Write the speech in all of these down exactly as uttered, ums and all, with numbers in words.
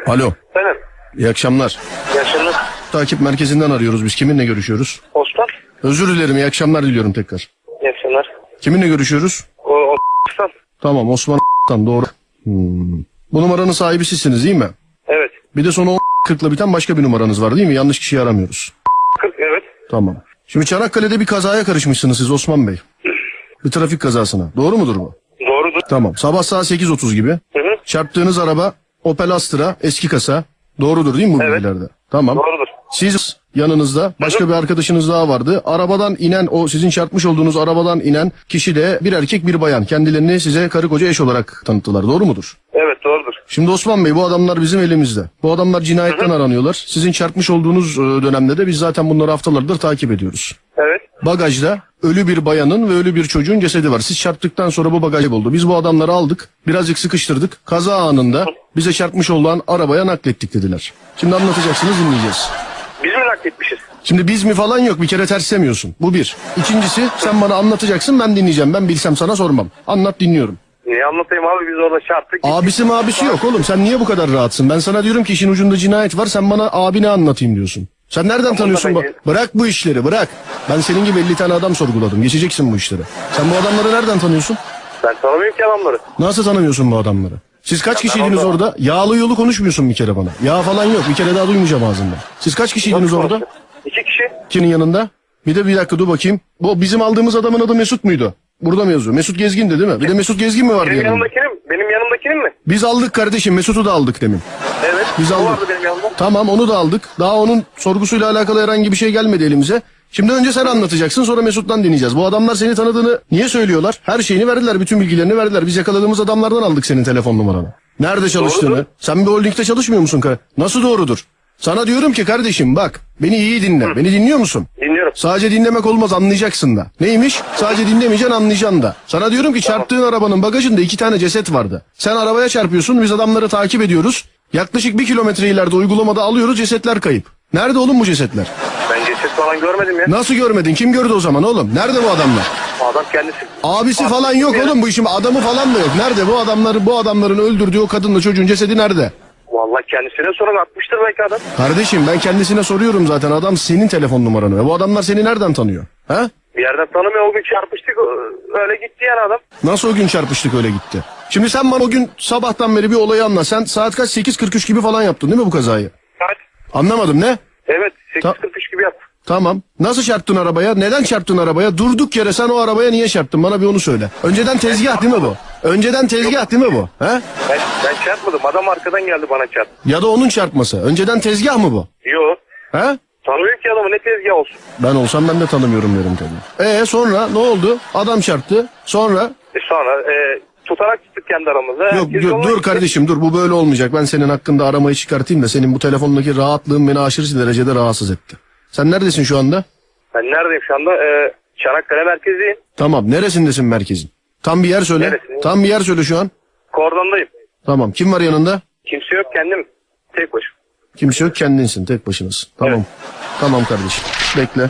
Alo. Benim. İyi akşamlar. İyi akşamlar. Takip merkezinden arıyoruz biz. Kiminle görüşüyoruz? Osman. Özür dilerim. İyi akşamlar diliyorum tekrar. İyi akşamlar. Kiminle görüşüyoruz? O, o Osman. Tamam, Osman'dan doğru. Hmm. Bu numaranın sahibi sizsiniz değil mi? Evet. Bir de sonu o kırkla biten başka bir numaranız var değil mi? Yanlış kişiyi aramıyoruz. kırk evet. Tamam. Şimdi Çanakkale'de bir kazaya karışmışsınız siz Osman Bey. Bir trafik kazasına. Doğru mudur bu? Doğrudur. Tamam. Sabah saat sekiz otuz gibi. Hı hı. Çarptığınız araba Opel Astra eski kasa. Doğrudur değil mi bu Evet. bilgilerde? Tamam. Doğrudur. Siz yanınızda başka bir arkadaşınız daha vardı. Arabadan inen o sizin çarpmış olduğunuz arabadan inen kişi de bir erkek bir bayan. Kendilerini size karı koca eş olarak tanıttılar. Doğru mudur? Evet doğrudur. Şimdi Osman Bey bu adamlar bizim elimizde. Bu adamlar cinayetten aranıyorlar. Sizin çarpmış olduğunuz e, dönemde de biz zaten bunları haftalardır takip ediyoruz. Evet. Bagajda ölü bir bayanın ve ölü bir çocuğun cesedi var. Siz çarptıktan sonra bu bagaj oldu. Biz bu adamları aldık, birazcık sıkıştırdık. Kaza anında bize çarpmış olan arabaya naklettik dediler. Şimdi anlatacaksınız, dinleyeceğiz. Biz mi nakletmişiz? Şimdi biz mi falan yok, bir kere terslemiyorsun. Bu bir. İkincisi sen bana anlatacaksın, ben dinleyeceğim. Ben bilsem sana sormam. Anlat, dinliyorum. Niye anlatayım abi, biz orada çarptık. Abisi mabisi yok oğlum, sen niye bu kadar rahatsın? Ben sana diyorum ki işin ucunda cinayet var, sen bana abine anlatayım diyorsun. Sen nereden tanıyorsun? ben- bu- Bırak bu işleri, bırak. Ben senin gibi elli tane adam sorguladım. Geçeceksin bu işleri. Sen bu adamları nereden tanıyorsun? Ben tanımıyorum ki adamları. Nasıl tanımıyorsun bu adamları? Siz kaç ben kişiydiniz orada- orada? Yağlı yolu konuşmuyorsun bir kere bana. Yağ falan yok. Bir kere daha duymayacağım ağzından. Siz kaç kişiydiniz Nasıl orada? konuşuyor? İki kişi. Kimin yanında? Bir de bir dakika dur bakayım. Bu bizim aldığımız adamın adı Mesut muydu? Burada mı yazıyor? Mesut Gezgin'di değil mi? Bir de Mesut Gezgin mi vardı Benim yanında? yanımdakinin, benim yanımdakinin mi? Biz aldık kardeşim. Mesut'u da aldık demin. Evet. Biz o aldık. vardı benim yanımda. Tamam, onu da aldık. Daha onun sorgusuyla alakalı herhangi bir şey gelmedi elimize. Şimdi önce sen anlatacaksın, sonra Mesut'tan dinleyeceğiz. Bu adamlar seni tanıdığını niye söylüyorlar? Her şeyini verdiler, bütün bilgilerini verdiler. Biz yakaladığımız adamlardan aldık senin telefon numaranı. Nerede çalıştığını? Doğrudur. Sen bir holdingde çalışmıyor musun? ka- Nasıl doğrudur? Sana diyorum ki kardeşim bak, beni iyi dinle. Beni dinliyor musun? Dinliyorum. Sadece dinlemek olmaz, anlayacaksın da. Neymiş? Sadece dinlemeyeceksin, anlayacaksın da. Sana diyorum ki çarptığın arabanın bagajında iki tane ceset vardı. Sen arabaya çarpıyorsun, biz adamları takip ediyoruz. Yaklaşık bir kilometre ileride uygulamada alıyoruz, cesetler kayıp. Nerede oğlum bu cesetler? Ben ceset falan görmedim ya. Nasıl görmedin? Kim gördü o zaman oğlum? Nerede bu adamlar? Adam kendisi. Abisi Abi, falan yok bilmiyorum. oğlum bu işin, adamı falan da yok. Nerede bu adamları, bu adamların öldürdüğü o kadınla çocuğun cesedi nerede? Vallahi kendisine sorun, atmıştır belki adam. Kardeşim ben kendisine soruyorum zaten, adam senin telefon numaranı. Ve bu adamlar seni nereden tanıyor? Ha? Bir yerden tanımıyor, o gün çarpıştık, öyle gitti yani adam. Nasıl o gün çarpıştık öyle gitti? Şimdi sen bana o gün sabahtan beri bir olayı anla. Sen saat kaç? sekiz kırk üç gibi falan yaptın değil mi bu kazayı? Saat. Anlamadım, ne? Evet, sekiz kırk üç gibi yaptım. Tamam. Nasıl çarptın arabaya? Neden çarptın arabaya? Durduk yere sen o arabaya niye çarptın? Bana bir onu söyle. Önceden tezgah değil mi bu? Önceden tezgah değil mi bu? He? Ben, ben çarpmadım, adam arkadan geldi bana çarp. Ya da onun çarpması. Önceden tezgah mı bu? Yo. He? Tanımıyorum ki adamı, ne tezgah olsun. Ben olsam ben de tanımıyorum derim tabii. Ee sonra ne oldu? Adam çarptı. Sonra? E sonra e, tutarak tuttuk kendi aramızda. Yok, Herkes dur, yoluna dur gitti. kardeşim dur, bu böyle olmayacak. Ben senin hakkında aramayı çıkartayım da senin bu telefondaki rahatlığın beni aşırı derecede rahatsız etti. Sen neredesin şu anda? Ben neredeyim şu anda? E, Çanakkale merkezdeyim. Tamam, neresindesin merkezin? Tam bir yer söyle. Neresindeyim? Tam bir yer söyle şu an. Kordondayım. Tamam, kim var yanında? Kimse yok, kendim. Tek başım. Kimse yok, kendinsin, tek başınasın. Tamam. Evet. Tamam kardeşim. Bekle.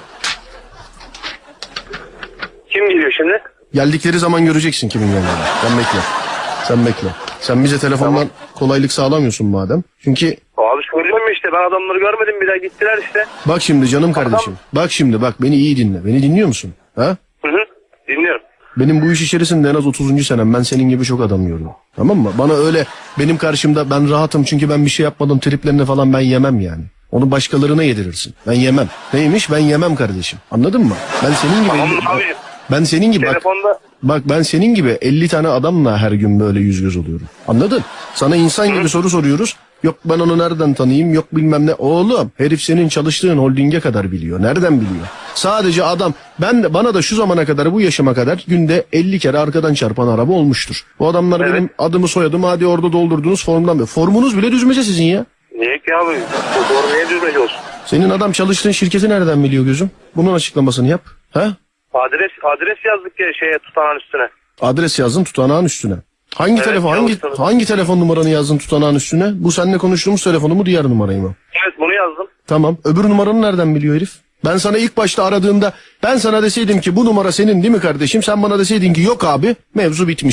Kim geliyor şimdi? Geldikleri zaman göreceksin kimin geldiğini. Sen bekle. Sen bekle. Sen bize telefondan Tamam. kolaylık sağlamıyorsun madem. Çünkü Abi söylüyorum işte, ben adamları görmedim bile, gittiler işte. bak şimdi canım kardeşim. Bak şimdi bak, beni iyi dinle. Beni dinliyor musun? Ha? Hı hı. Dinliyorum. Benim bu iş içerisinde en az otuzuncu senem. Ben senin gibi çok adam gördüm. Tamam mı? Bana öyle benim karşımda ben rahatım çünkü ben bir şey yapmadım triplerine falan ben yemem yani. Onu başkalarına yedirirsin. Ben yemem. Neymiş? Ben yemem kardeşim. Anladın mı? Ben senin gibi... Tamam abi. Ben senin gibi... Bak, Telefonda bak ben senin gibi elli tane adamla her gün böyle yüz göz oluyorum. Anladın? Sana insan gibi soru soruyoruz. Yok ben onu nereden tanıyayım, yok bilmem ne. Oğlum herif senin çalıştığın holdinge kadar biliyor. Nereden biliyor? Sadece adam, ben de, bana da şu zamana kadar, bu yaşıma kadar günde elli kere arkadan çarpan araba olmuştur. Bu adamlar Evet. benim adımı soyadımı hadi orada doldurduğunuz formdan beri. Formunuz bile düzmece sizin ya. niye ki abi? Bu doğru, niye düzmece olsun? Senin adam çalıştığın şirketi nereden biliyor gözüm? Bunun açıklamasını yap. Ha? Adres adres yazdık ya şeye, tutanağın üstüne. Adres yazdın tutanağın üstüne. Hangi Evet, telefon hangi yazdım. hangi telefon numaranı yazdın tutanağın üstüne? Bu seninle konuştuğumuz telefonu mu, diğer numarayı mı? Evet, bunu yazdım. Tamam. Öbür numaranı nereden biliyor herif? Ben sana ilk başta aradığımda ben sana deseydim ki bu numara senin değil mi kardeşim? Sen bana deseydin ki yok abi, mevzu bitmişti.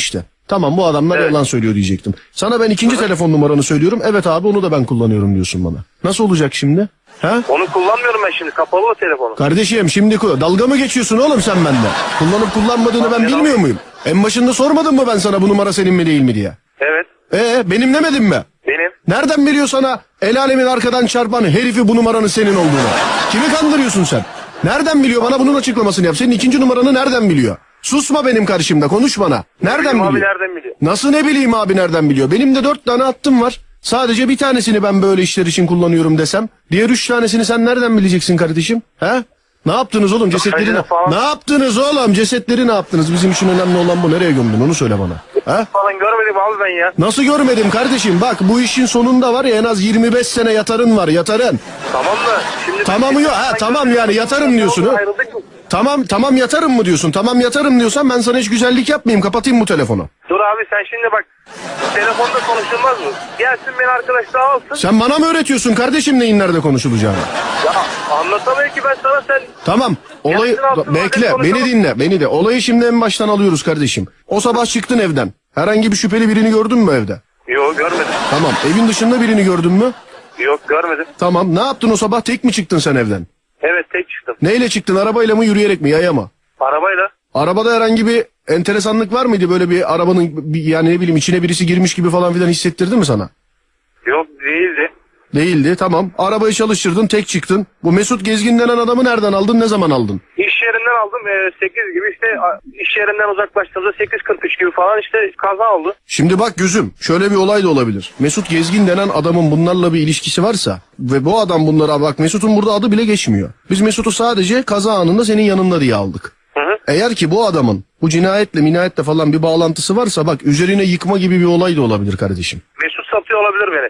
Tamam, bu adamlar Evet. yalan söylüyor diyecektim. Sana ben ikinci telefon numaranı söylüyorum. Evet abi, onu da ben kullanıyorum diyorsun bana. Nasıl olacak şimdi? Ha? Onu kullanmıyorum ben şimdi. Kapalı o telefonu. Kardeşim şimdi ku- dalga mı geçiyorsun oğlum sen bende? Kullanıp kullanmadığını ben Hayır, bilmiyor abi. muyum? En başında sormadın mı ben sana bu numara senin mi değil mi diye? Evet. Ee benim demedin mi? Benim. Nereden biliyor sana el alemin arkadan çarpan herifi bu numaranın senin olduğunu? Kimi kandırıyorsun sen? Nereden biliyor, bana bunun açıklamasını yap. Senin ikinci numaranı nereden biliyor? Susma benim karşımda, konuş bana. Nereden Benim abi biliyor? nereden biliyor? Nasıl ne bileyim abi nereden biliyor? Benim de dört tane hattım var. Sadece bir tanesini ben böyle işler için kullanıyorum desem. Diğer üç tanesini sen nereden bileceksin kardeşim? He? Ne yaptınız oğlum cesetleri? Hayır, Ne, falan. ne yaptınız oğlum cesetleri ne yaptınız? Bizim için önemli olan bu. Nereye gömdün onu söyle bana. He? Falan görmedim abi ben ya. Nasıl görmedim kardeşim? Bak bu işin sonunda var ya en az yirmi beş sene yatarın var, yatarın. Tamam da şimdi... Tamamı yok. Ha, tamam yani yatarım diyorsun, ha? Ayrıldık mı? Tamam tamam yatarım mı diyorsun? Tamam yatarım diyorsan ben sana hiç güzellik yapmayayım, kapatayım bu telefonu. Dur abi sen şimdi bak. Telefonda konuşulmaz mı? Gelsin beni arkadaşlar alsın. Sen bana mı öğretiyorsun kardeşim neyin nerede konuşulacağını? Ya anlatamıyor ki ben sana sen... Tamam. Olayı Gelsin alsın, bekle, hadi beni konuşalım. dinle, beni de. Olayı şimdi en baştan alıyoruz kardeşim. O sabah çıktın evden. Herhangi bir şüpheli birini gördün mü evde? Yok görmedim. Tamam. Evin dışında birini gördün mü? Yok görmedim. Tamam. Ne yaptın o sabah? Tek mi çıktın sen evden? Evet tek çıktım. Neyle çıktın? Arabayla mı, yürüyerek mi, yaya mı? Arabayla. Arabada herhangi bir enteresanlık var mıydı? Böyle bir arabanın bir, yani ne bileyim içine birisi girmiş gibi falan filan hissettirdi mi sana? Yok değildi. Değildi. Tamam. Arabayı çalıştırdın, tek çıktın. Bu Mesut Gezgin denen adamı nereden aldın? Ne zaman aldın? İş yerinden aldım. E, sekiz gibi işte a, iş yerinden uzaklaştığımızda sekiz kırk üç gibi falan işte kaza oldu. Şimdi bak gözüm, şöyle bir olay da olabilir. Mesut Gezgin denen adamın bunlarla bir ilişkisi varsa ve bu adam bunlara bak, Mesut'un burada adı bile geçmiyor. Biz Mesut'u sadece kaza anında senin yanında diye aldık. Hı hı. Eğer ki bu adamın bu cinayetle minayetle falan bir bağlantısı varsa bak üzerine yıkma gibi bir olay da olabilir kardeşim. Mesut satıyor olabilir beni.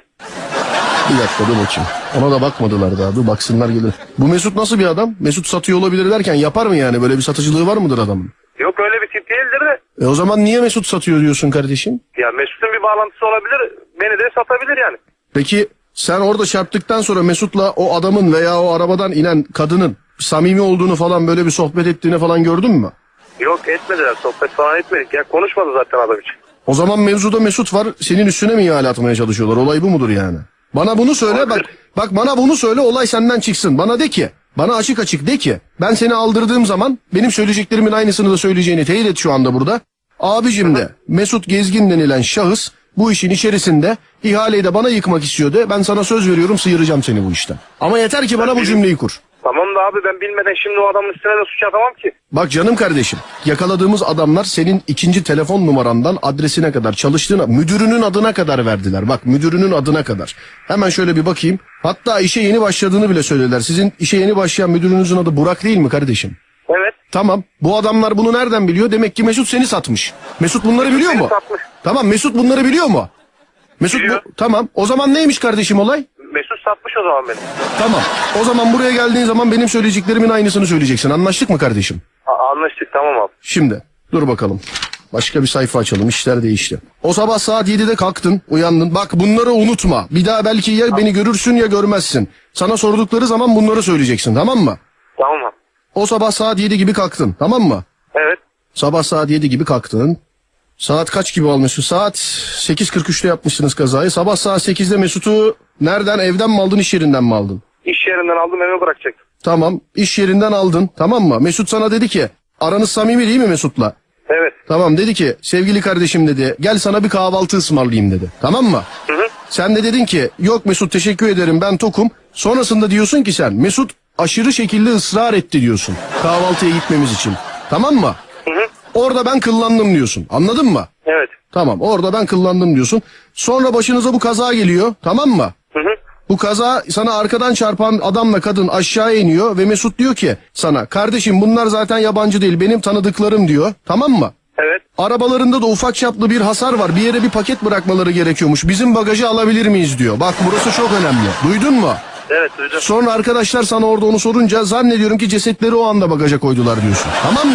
Bir dakika dur bakayım. Ona da bakmadılar daha. Dur baksınlar gelir. Bu Mesut nasıl bir adam? Mesut satıyor olabilir derken yapar mı yani? Böyle bir satıcılığı var mıdır adamın? Yok öyle bir tip değildir de. E o zaman niye Mesut satıyor diyorsun kardeşim? Ya Mesut'un bir bağlantısı olabilir. Beni de satabilir yani. Peki sen orada çarptıktan sonra Mesut'la o adamın veya o arabadan inen kadının samimi olduğunu falan böyle bir sohbet ettiğini falan gördün mü? Yok etmediler. Sohbet falan etmedik. Ya konuşmadı zaten adam için. O zaman mevzuda Mesut var, senin üstüne mi ihale atmaya çalışıyorlar? Olay bu mudur yani? Bana bunu söyle bak. Bak bana bunu söyle, olay senden çıksın. Bana de ki, bana açık açık de ki ben seni aldırdığım zaman benim söyleyeceklerimin aynısını da söyleyeceğini teyit et şu anda burada. Abicim de Mesut Gezgin denilen şahıs bu işin içerisinde ihaleyi de bana yıkmak istiyordu. Ben sana söz veriyorum, sıyıracağım seni bu işten. Ama yeter ki bana bu cümleyi kur. Tamam da abi ben bilmeden şimdi o adamın üstüne de suç atamam ki. Bak canım kardeşim, yakaladığımız adamlar senin ikinci telefon numarandan adresine kadar, çalıştığına, müdürünün adına kadar verdiler. Bak müdürünün adına kadar. Hemen şöyle bir bakayım. Hatta işe yeni başladığını bile söylediler. Sizin işe yeni başlayan müdürünüzün adı Burak değil mi kardeşim? Evet. Tamam. Bu adamlar bunu nereden biliyor? Demek ki Mesut seni satmış. Mesut bunları biliyor Beni mu? satmış. Tamam, Mesut bunları biliyor mu? Mesut Biliyor. bu, tamam. O zaman neymiş kardeşim olay? Mesut satmış o zaman beni. Tamam. O zaman buraya geldiğin zaman benim söyleyeceklerimin aynısını söyleyeceksin. Anlaştık mı kardeşim? A- anlaştık tamam abi. Şimdi dur bakalım. Başka bir sayfa açalım. İşler değişti. O sabah saat yedide kalktın, uyandın. Bak bunları unutma. Bir daha belki ya beni görürsün ya görmezsin. Sana sordukları zaman bunları söyleyeceksin, tamam mı? Tamam abi. O sabah saat yedi gibi kalktın, tamam mı? Evet. Sabah saat yedi gibi kalktın. Saat kaç gibi almışsın? Saat sekiz kırk üçte yapmışsınız kazayı. Sabah saat sekizde Mesut'u nereden, evden mi aldın, iş yerinden mi aldın? İş yerinden aldım eve bırakacaktım. Tamam, iş yerinden aldın, tamam mı? Mesut sana dedi ki, aranız samimi değil mi Mesut'la? Evet. Tamam, dedi ki, sevgili kardeşim dedi, gel sana bir kahvaltı ısmarlayayım dedi. Tamam mı? Hı hı. Sen de dedin ki, yok Mesut teşekkür ederim ben tokum. Sonrasında diyorsun ki sen, Mesut aşırı şekilde ısrar etti diyorsun. Kahvaltıya gitmemiz için. Tamam mı? Hı hı. Orada ben kıllandım diyorsun. Anladın mı? Evet. Tamam, orada ben kıllandım diyorsun. Sonra başınıza bu kaza geliyor, tamam mı? Hı hı. Bu kaza sana arkadan çarpan adamla kadın aşağıya iniyor ve Mesut diyor ki sana, kardeşim bunlar zaten yabancı değil, benim tanıdıklarım diyor. Tamam mı? Evet. Arabalarında da ufak çaplı bir hasar var. Bir yere bir paket bırakmaları gerekiyormuş. Bizim bagajı alabilir miyiz diyor. Bak burası çok önemli. Duydun mu? Evet duydum. Sonra arkadaşlar sana orada onu sorunca zannediyorum ki cesetleri o anda bagaja koydular diyorsun. Tamam mı?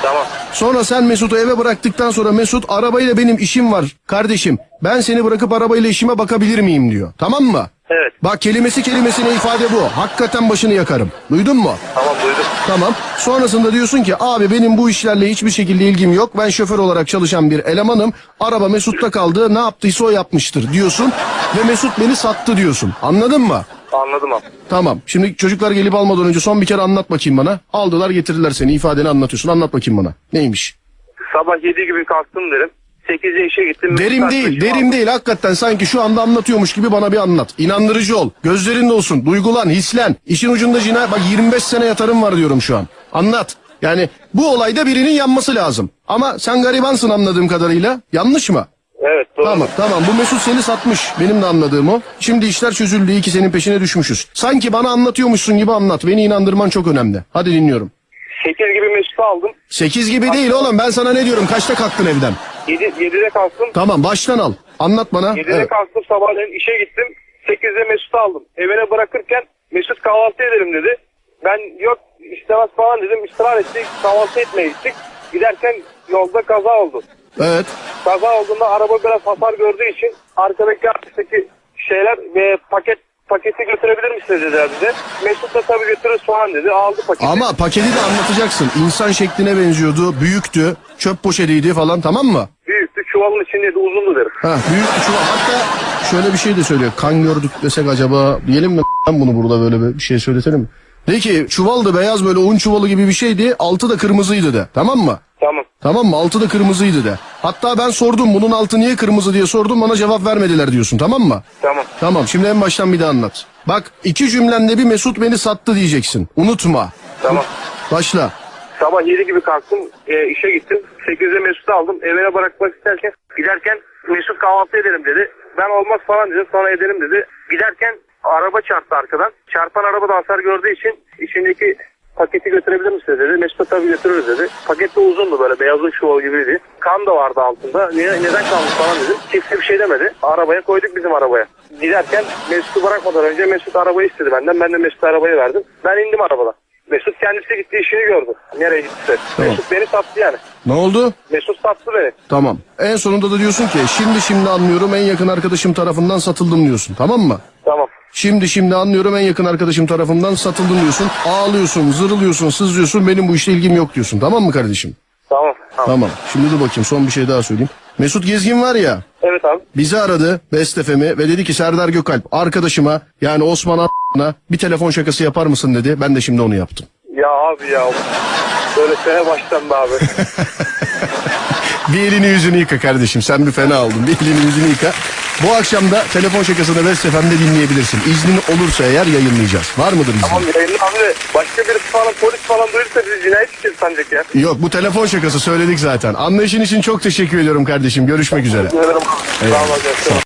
Tamam. Sonra sen Mesut'u eve bıraktıktan sonra Mesut arabayla benim işim var kardeşim. Ben seni bırakıp arabayla işime bakabilir miyim diyor. Tamam mı? Evet. Bak kelimesi kelimesine ifade bu. Hakikaten başını yakarım. Duydun mu? Tamam duydum. Tamam. Sonrasında diyorsun ki abi benim bu işlerle hiçbir şekilde ilgim yok. Ben şoför olarak çalışan bir elemanım. Araba Mesut'ta kaldı. Ne yaptıysa o yapmıştır diyorsun. Ve Mesut beni sattı diyorsun. Anladın mı? Anladım abi. Tamam. Şimdi çocuklar gelip almadan önce son bir kere anlat bakayım bana. Aldılar getirdiler seni. İfadeni anlatıyorsun. Anlat bakayım bana. Neymiş? Sabah yedi gibi kalktım derim. sekizde işe gittim. Derim Mesut değil, arkadaşım derim değil. Hakikaten sanki şu anda anlatıyormuş gibi bana bir anlat. İnandırıcı ol. Gözlerinde olsun. Duygulan, hislen. İşin ucunda cinayet. Bak yirmi beş sene yatarım var diyorum şu an. Anlat. Yani bu olayda birinin yanması lazım. Ama sen garibansın anladığım kadarıyla. Yanlış mı? Evet doğru. Tamam tamam bu Mesut seni satmış. Benim de anladığım o. Şimdi işler çözüldü. İyi ki senin peşine düşmüşüz. Sanki bana anlatıyormuşsun gibi anlat. Beni inandırman çok önemli. Hadi dinliyorum. sekiz gibi Mesut'u aldım. Sekiz gibi değil oğlum. Ben sana ne diyorum? Kaçta kalktın evden? yedi, yedide kalktım. Tamam baştan al. Anlat bana. yedide Evet. kalktım sabahleyin işe gittim. sekizde Mesut'u aldım. Evine bırakırken Mesut kahvaltı edelim dedi. Ben yok istemez falan dedim. İsrar ettik. Kahvaltı etmeye gittik. Giderken yolda kaza oldu. Evet. Kaza olduğunda araba biraz hasar gördüğü için arkadaki arkadaki şeyler ve paket paketi götürebilir misiniz dediler bize. Mesut da tabii götürürüz falan dedi. Aldı paketi. Ama paketi de anlatacaksın. İnsan şekline benziyordu. Büyüktü. Çöp poşetiydi falan tamam mı? Büyüktü. Çuvalın içindeydi. Uzundu derim. Ha, büyük bir çuval. Hatta şöyle bir şey de söylüyor. Kan gördük desek acaba diyelim mi? Ben bunu burada böyle bir şey söyletelim mi? De ki çuvaldı beyaz böyle un çuvalı gibi bir şeydi. Altı da kırmızıydı de. Tamam mı? Tamam. Tamam mı? Altı da kırmızıydı de. Hatta ben sordum bunun altı niye kırmızı diye sordum. Bana cevap vermediler diyorsun tamam mı? Tamam. Tamam şimdi en baştan bir de anlat. Bak iki cümlende bir Mesut beni sattı diyeceksin. Unutma. Tamam. Başla. Sabah yedi gibi kalktım. E, işe gittim. sekizde Mesut'u aldım. Evine bırakmak isterken giderken Mesut kahvaltı edelim dedi. Ben olmaz falan dedim. Sonra edelim dedi. Giderken araba çarptı arkadan. Çarpan araba da hasar gördüğü için içindeki paketi götürebilir misiniz dedi. Mesut'a tabii götürürüz dedi. Paket de uzundu böyle beyazlık çuval gibiydi. Kan da vardı altında. Niye, neden kalmış falan dedim. Kimse bir şey demedi. Arabaya koyduk bizim arabaya. Giderken Mesut'u bırakmadan önce Mesut arabayı istedi benden. Ben de Mesut'a arabayı verdim. Ben indim arabadan. Mesut kendisi gitti işini gördü. Nereye gittiyse. Tamam. Mesut beni sattı yani. Ne oldu? Mesut sattı beni. Tamam. En sonunda da diyorsun ki şimdi şimdi anlıyorum en yakın arkadaşım tarafından satıldım diyorsun. Tamam mı? Tamam. Şimdi şimdi anlıyorum en yakın arkadaşım tarafından satıldım diyorsun. Ağlıyorsun, zırılıyorsun, sızlıyorsun. Benim bu işle ilgim yok diyorsun. Tamam mı kardeşim? Tamam. Tamam. Tamam. Şimdi dur bakayım son bir şey daha söyleyeyim. Mesut Gezgin var ya. Evet abi. Bizi aradı Best F M'i ve dedi ki Serdar Gökalp arkadaşıma yani Osman A**'na bir telefon şakası yapar mısın dedi. Ben de şimdi onu yaptım. Ya abi ya. Söylesene baştan be abi. Bir elini yüzünü yıka kardeşim. Sen bir fena oldun. Bir elini yüzünü yıka. Bu akşam da telefon şakasını Best F M'de dinleyebilirsin. İznin olursa eğer yayınlayacağız. Var mıdır iznin? Tamam yayınlı abi. Başka birisi falan polis falan duyursa bizi cinayet işledi sanacak ya. Yok bu telefon şakası söyledik zaten. Anlayışın için çok teşekkür ediyorum kardeşim. Görüşmek üzere. Ederim. Sağ ol. Sağ ol.